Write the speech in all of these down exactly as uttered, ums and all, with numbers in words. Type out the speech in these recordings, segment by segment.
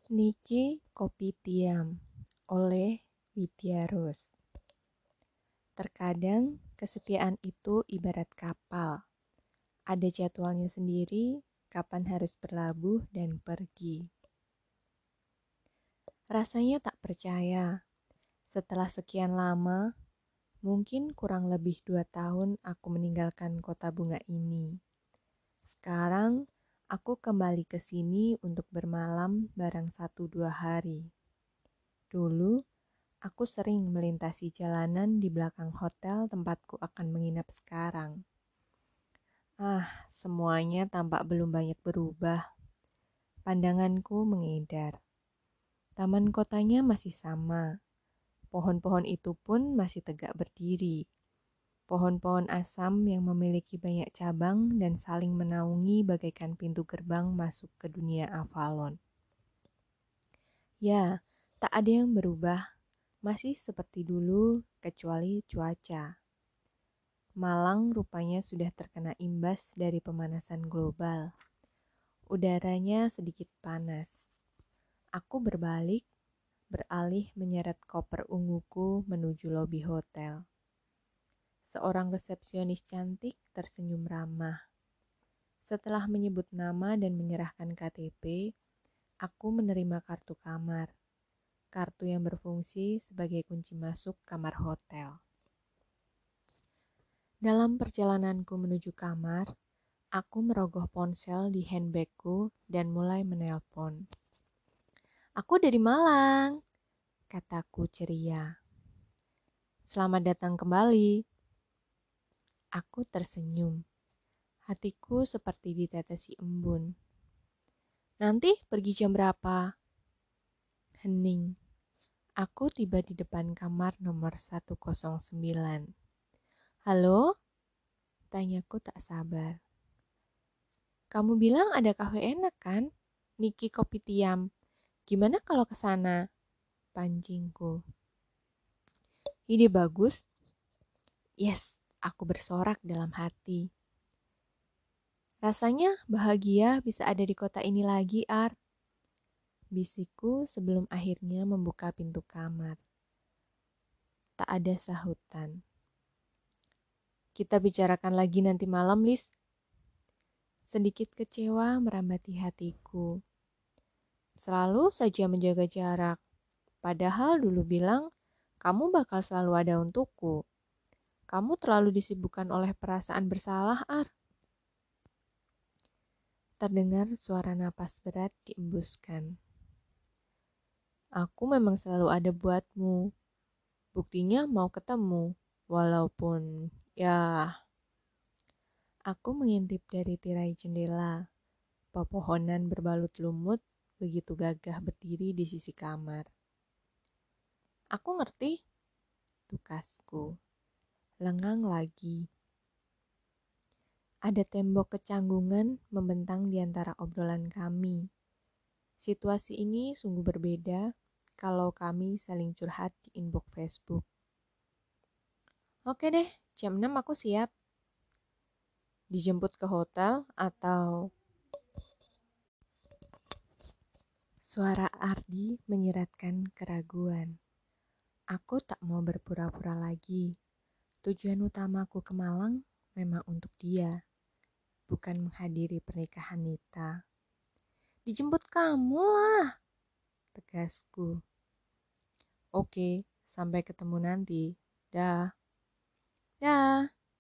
Niki Kopitiam oleh Widya Rose. Terkadang kesetiaan itu ibarat kapal. Ada jadwalnya sendiri, kapan harus berlabuh dan pergi. Rasanya tak percaya. Setelah sekian lama, mungkin kurang lebih dua tahun aku meninggalkan kota bunga ini. Sekarang, aku kembali ke sini untuk bermalam barang satu dua hari. Dulu, aku sering melintasi jalanan di belakang hotel tempatku akan menginap sekarang. Ah, semuanya tampak belum banyak berubah. Pandanganku mengedar. Taman kotanya masih sama. Pohon-pohon itu pun masih tegak berdiri. Pohon-pohon asam yang memiliki banyak cabang dan saling menaungi bagaikan pintu gerbang masuk ke dunia Avalon. Ya, tak ada yang berubah. Masih seperti dulu, kecuali cuaca. Malang rupanya sudah terkena imbas dari pemanasan global. Udaranya sedikit panas. Aku berbalik, beralih menyeret koper unguku menuju lobi hotel. Seorang resepsionis cantik tersenyum ramah. Setelah menyebut nama dan menyerahkan K T P, aku menerima kartu kamar. Kartu yang berfungsi sebagai kunci masuk kamar hotel. Dalam perjalananku menuju kamar, aku merogoh ponsel di handbagku dan mulai menelpon. Aku dari Malang, kataku ceria. Selamat datang kembali. Aku tersenyum. Hatiku seperti ditetesi embun. Nanti pergi jam berapa? Hening. Aku tiba di depan kamar nomor seratus sembilan. Halo? Tanyaku tak sabar. Kamu bilang ada kafe enak kan? Niki Kopitiam. Gimana kalau ke sana? Pancingku. Ide bagus. Yes, aku bersorak dalam hati. Rasanya bahagia bisa ada di kota ini lagi, Ar. Bisikku sebelum akhirnya membuka pintu kamar. Tak ada sahutan. Kita bicarakan lagi nanti malam, Lis. Sedikit kecewa merambati hatiku. Selalu saja menjaga jarak. Padahal dulu bilang, kamu bakal selalu ada untukku. Kamu terlalu disibukkan oleh perasaan bersalah, Ar. Terdengar suara napas berat diembuskan. Aku memang selalu ada buatmu. Buktinya mau ketemu. Walaupun, ya... Aku mengintip dari tirai jendela. Pepohonan berbalut lumut begitu gagah berdiri di sisi kamar. Aku ngerti, tukasku. Lengang lagi. Ada tembok kecanggungan membentang di antara obrolan kami. Situasi ini sungguh berbeda kalau kami saling curhat di inbox Facebook. Oke deh, jam enam aku siap. Dijemput ke hotel atau... Suara Ardi menyeratkan keraguan. Aku tak mau berpura-pura lagi. Tujuan utamaku ke Malang memang untuk dia, bukan menghadiri pernikahan Nita. Dijemput kamu lah, tegasku. Oke, sampai ketemu nanti. Dah. Dah.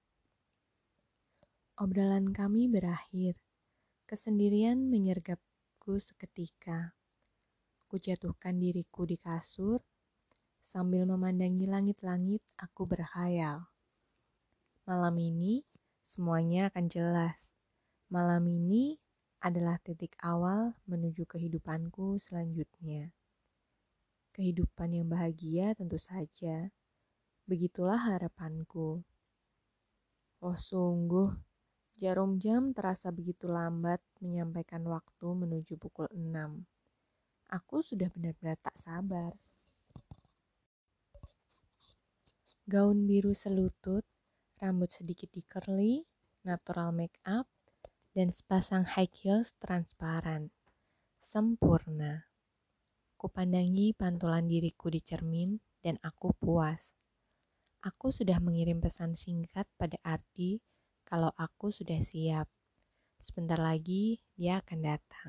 Obrolan kami berakhir. Kesendirian menyergapku seketika. Kujatuhkan diriku di kasur. Sambil memandangi langit-langit, aku berkhayal. Malam ini, semuanya akan jelas. Malam ini adalah titik awal menuju kehidupanku selanjutnya. Kehidupan yang bahagia tentu saja. Begitulah harapanku. Oh sungguh, jarum jam terasa begitu lambat menyampaikan waktu menuju pukul enam. Aku sudah benar-benar tak sabar. Gaun biru selutut, rambut sedikit di-curly, natural make up, dan sepasang high heels transparan. Sempurna. Aku pandangi pantulan diriku di cermin dan aku puas. Aku sudah mengirim pesan singkat pada Ardi kalau aku sudah siap. Sebentar lagi dia akan datang.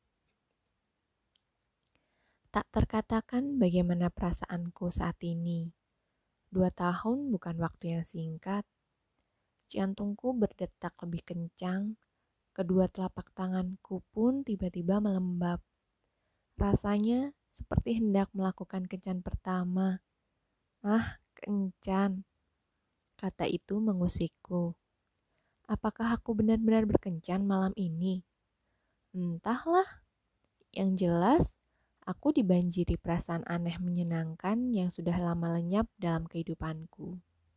Tak terkatakan bagaimana perasaanku saat ini. Dua tahun bukan waktu yang singkat. Jantungku berdetak lebih kencang. Kedua telapak tanganku pun tiba-tiba melembab. Rasanya seperti hendak melakukan kencan pertama. Ah, kencan. Kata itu mengusikku. Apakah aku benar-benar berkencan malam ini? Entahlah. Yang jelas, aku dibanjiri perasaan aneh menyenangkan yang sudah lama lenyap dalam kehidupanku.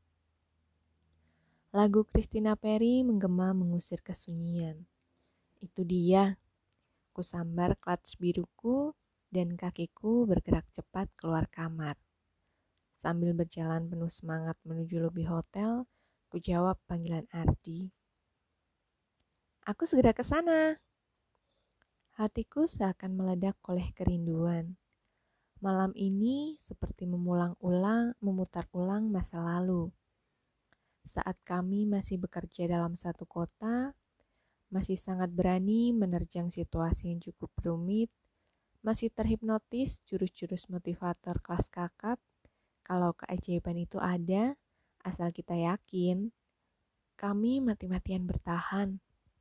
Lagu Christina Perry menggema mengusir kesunyian. Itu dia. Kusambar clutch biruku dan kakiku bergerak cepat keluar kamar. Sambil berjalan penuh semangat menuju lobi hotel, ku jawab panggilan Ardi. Aku segera ke sana. Hatiku seakan meledak oleh kerinduan. Malam ini seperti memulang-ulang, memutar ulang masa lalu. Saat kami masih bekerja dalam satu kota, masih sangat berani menerjang situasi yang cukup rumit, masih terhipnotis jurus-jurus motivator kelas kakap, kalau keajaiban itu ada, asal kita yakin, kami mati-matian bertahan.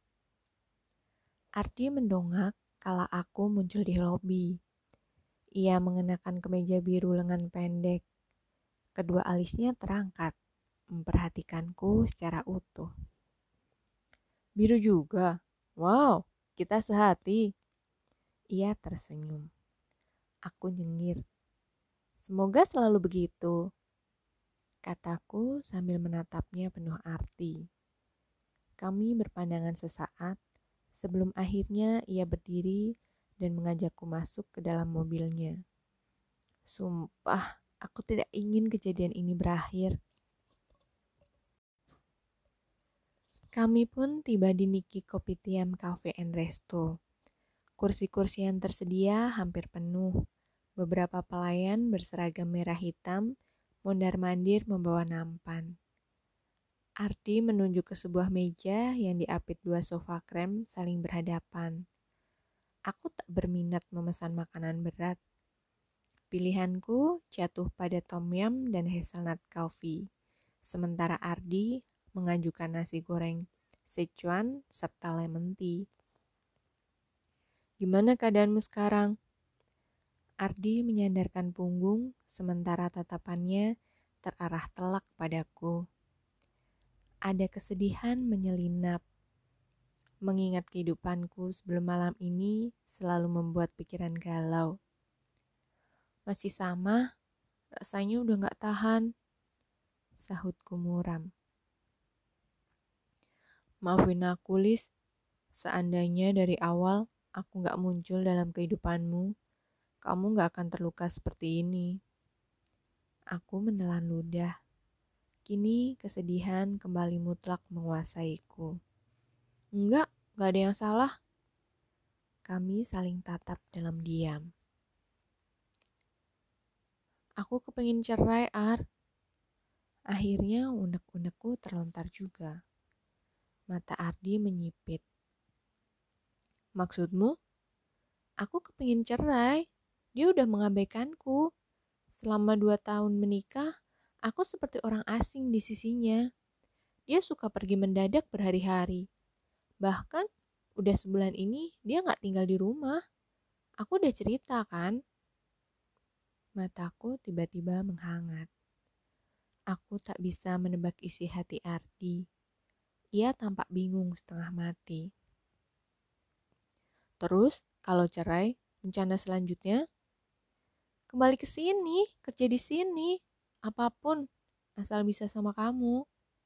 Ardi mendongak kala aku muncul di lobi. Ia mengenakan kemeja biru lengan pendek. Kedua alisnya terangkat, memperhatikanku secara utuh. Biru juga? Wow, kita sehati. Ia tersenyum. Aku nyengir. Semoga selalu begitu, kataku sambil menatapnya penuh arti. Kami berpandangan sesaat sebelum akhirnya ia berdiri dan mengajakku masuk ke dalam mobilnya. Sumpah, aku tidak ingin kejadian ini berakhir. Kami pun tiba di Niki Kopitiam Cafe and Resto. Kursi-kursi yang tersedia hampir penuh. Beberapa pelayan berseragam merah hitam, mondar-mandir membawa nampan. Ardi menunjuk ke sebuah meja yang diapit dua sofa krem saling berhadapan. Aku tak berminat memesan makanan berat. Pilihanku jatuh pada tom yum dan hazelnut coffee. Sementara Ardi mengajukan nasi goreng Sichuan serta lemon tea. Gimana keadaanmu sekarang? Ardi menyandarkan punggung sementara tatapannya terarah telak padaku. Ada kesedihan menyelinap. Mengingat kehidupanku sebelum malam ini selalu membuat pikiran galau. Masih sama, rasanya udah gak tahan. Sahutku muram. Maafin aku, Lis. Seandainya dari awal aku gak muncul dalam kehidupanmu, kamu gak akan terluka seperti ini. Aku menelan ludah. Kini kesedihan kembali mutlak menguasaiku. Enggak, gak ada yang salah. Kami saling tatap dalam diam. Aku kepengin cerai, Ar. Akhirnya unek-unekku terlontar juga. Mata Ardi menyipit. Maksudmu? Aku kepingin cerai. Dia udah mengabaikanku. Selama dua tahun menikah, aku seperti orang asing di sisinya. Dia suka pergi mendadak berhari-hari. Bahkan, udah sebulan ini dia gak tinggal di rumah. Aku udah cerita kan? Mataku tiba-tiba menghangat. Aku tak bisa menebak isi hati Ardi. Ia tampak bingung setengah mati. Terus, kalau cerai, rencana selanjutnya? Kembali ke sini, kerja di sini. Apapun, asal bisa sama kamu.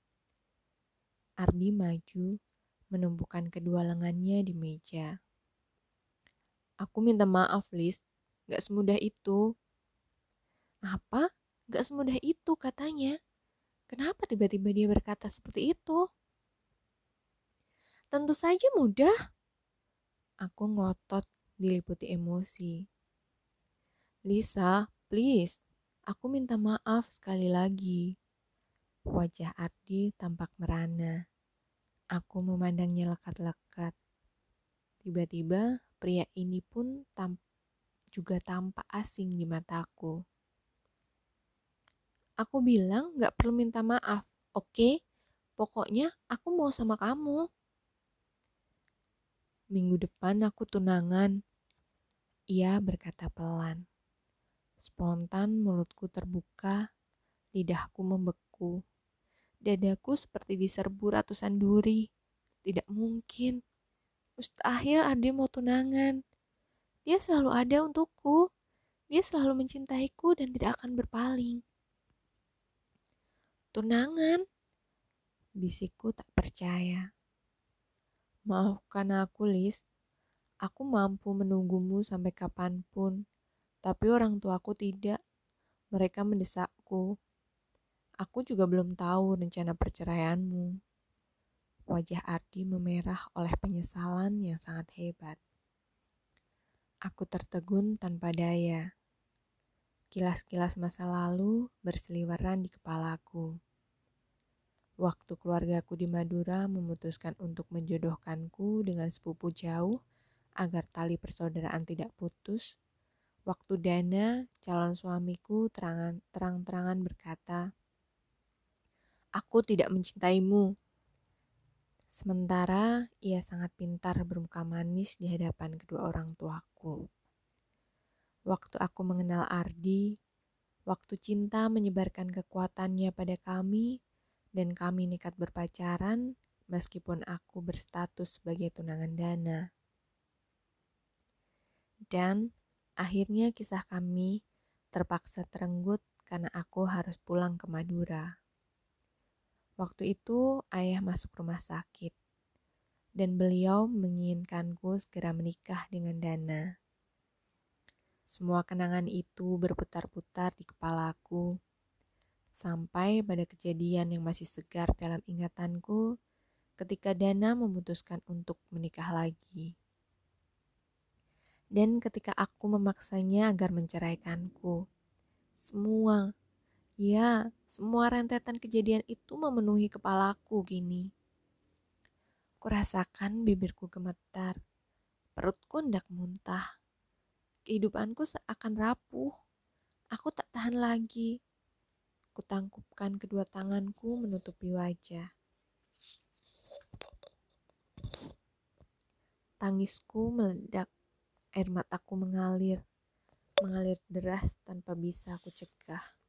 Ardi maju, menumpukan kedua lengannya di meja. Aku minta maaf, Lis. Gak semudah itu. Apa? Gak semudah itu katanya. Kenapa tiba-tiba dia berkata seperti itu? Tentu saja mudah. Aku ngotot diliputi emosi. Lisa, please, aku minta maaf sekali lagi. Wajah Ardi tampak merana. Aku memandangnya lekat-lekat. Tiba-tiba pria ini pun tam- juga tampak asing di mataku. Aku bilang gak perlu minta maaf, oke? Okay? Pokoknya aku mau sama kamu. Minggu depan aku tunangan. Ia berkata pelan. Spontan mulutku terbuka, lidahku membeku. Dadaku seperti diserbu ratusan duri. Tidak mungkin. Mustahil Ardi mau tunangan. Dia selalu ada untukku. Dia selalu mencintaiku dan tidak akan berpaling. Tunangan? Bisikku tak percaya. Maafkan aku, Lis. Aku mampu menunggumu sampai kapanpun. Tapi orang tuaku tidak. Mereka mendesakku. Aku juga belum tahu rencana perceraianmu. Wajah Ardi memerah oleh penyesalan yang sangat hebat. Aku tertegun tanpa daya. Kilas-kilas masa lalu berseliweran di kepalaku. Waktu keluargaku di Madura memutuskan untuk menjodohkanku dengan sepupu jauh agar tali persaudaraan tidak putus. Waktu Dana, calon suamiku, terangan, terang-terangan berkata, "Aku tidak mencintaimu." Sementara ia sangat pintar bermuka manis di hadapan kedua orang tuaku. Waktu aku mengenal Ardi, waktu cinta menyebarkan kekuatannya pada kami, dan kami nekat berpacaran meskipun aku berstatus sebagai tunangan Dana. Dan akhirnya kisah kami terpaksa terenggut karena aku harus pulang ke Madura. Waktu itu ayah masuk rumah sakit dan beliau menginginkanku segera menikah dengan Dana. Semua kenangan itu berputar-putar di kepalaku sampai pada kejadian yang masih segar dalam ingatanku ketika Dana memutuskan untuk menikah lagi. Dan ketika aku memaksanya agar menceraikanku. Semua, ya, semua rentetan kejadian itu memenuhi kepalaku kini. Kurasakan bibirku gemetar, perutku hendak muntah. Kehidupanku seakan rapuh. Aku tak tahan lagi. Kutangkupkan kedua tanganku menutupi wajah. Tangisku meledak, air mataku mengalir, mengalir deras tanpa bisa aku cegah.